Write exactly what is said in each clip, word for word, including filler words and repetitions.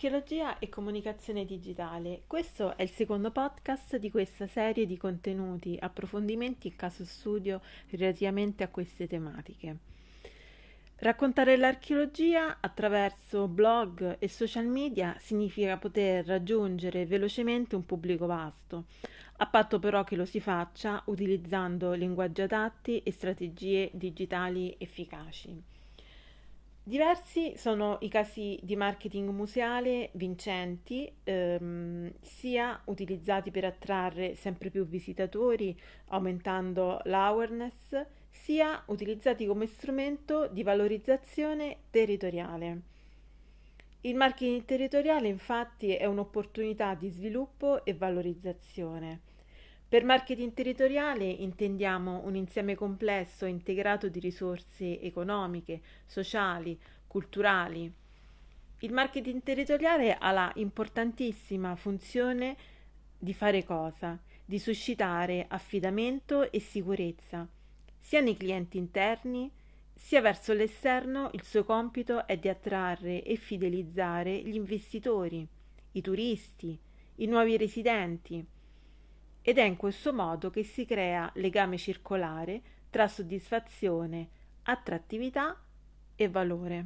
Archeologia e comunicazione digitale. Questo è il secondo podcast di questa serie di contenuti, approfondimenti in caso studio relativamente a queste tematiche. Raccontare l'archeologia attraverso blog e social media significa poter raggiungere velocemente un pubblico vasto, a patto però che lo si faccia utilizzando linguaggi adatti e strategie digitali efficaci. Diversi sono i casi di marketing museale vincenti, ehm, sia utilizzati per attrarre sempre più visitatori, aumentando l'awareness, sia utilizzati come strumento di valorizzazione territoriale. Il marketing territoriale, infatti, è un'opportunità di sviluppo e valorizzazione. Per marketing territoriale intendiamo un insieme complesso e integrato di risorse economiche, sociali, culturali. Il marketing territoriale ha la importantissima funzione di fare cosa? Di suscitare affidamento e sicurezza, sia nei clienti interni, sia verso l'esterno. Il suo compito è di attrarre e fidelizzare gli investitori, i turisti, i nuovi residenti. Ed è in questo modo che si crea legame circolare tra soddisfazione, attrattività e valore.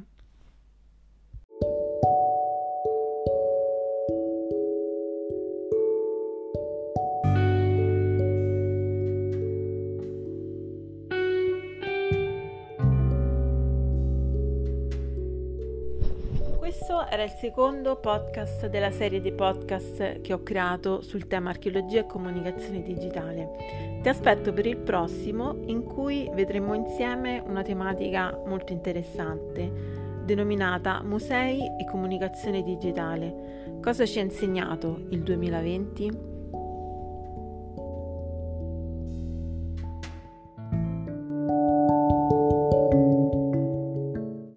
Questo era il secondo podcast della serie di podcast che ho creato sul tema archeologia e comunicazione digitale. Ti aspetto per il prossimo, in cui vedremo insieme una tematica molto interessante, denominata Musei e comunicazione digitale. Cosa ci ha insegnato il duemilaventi?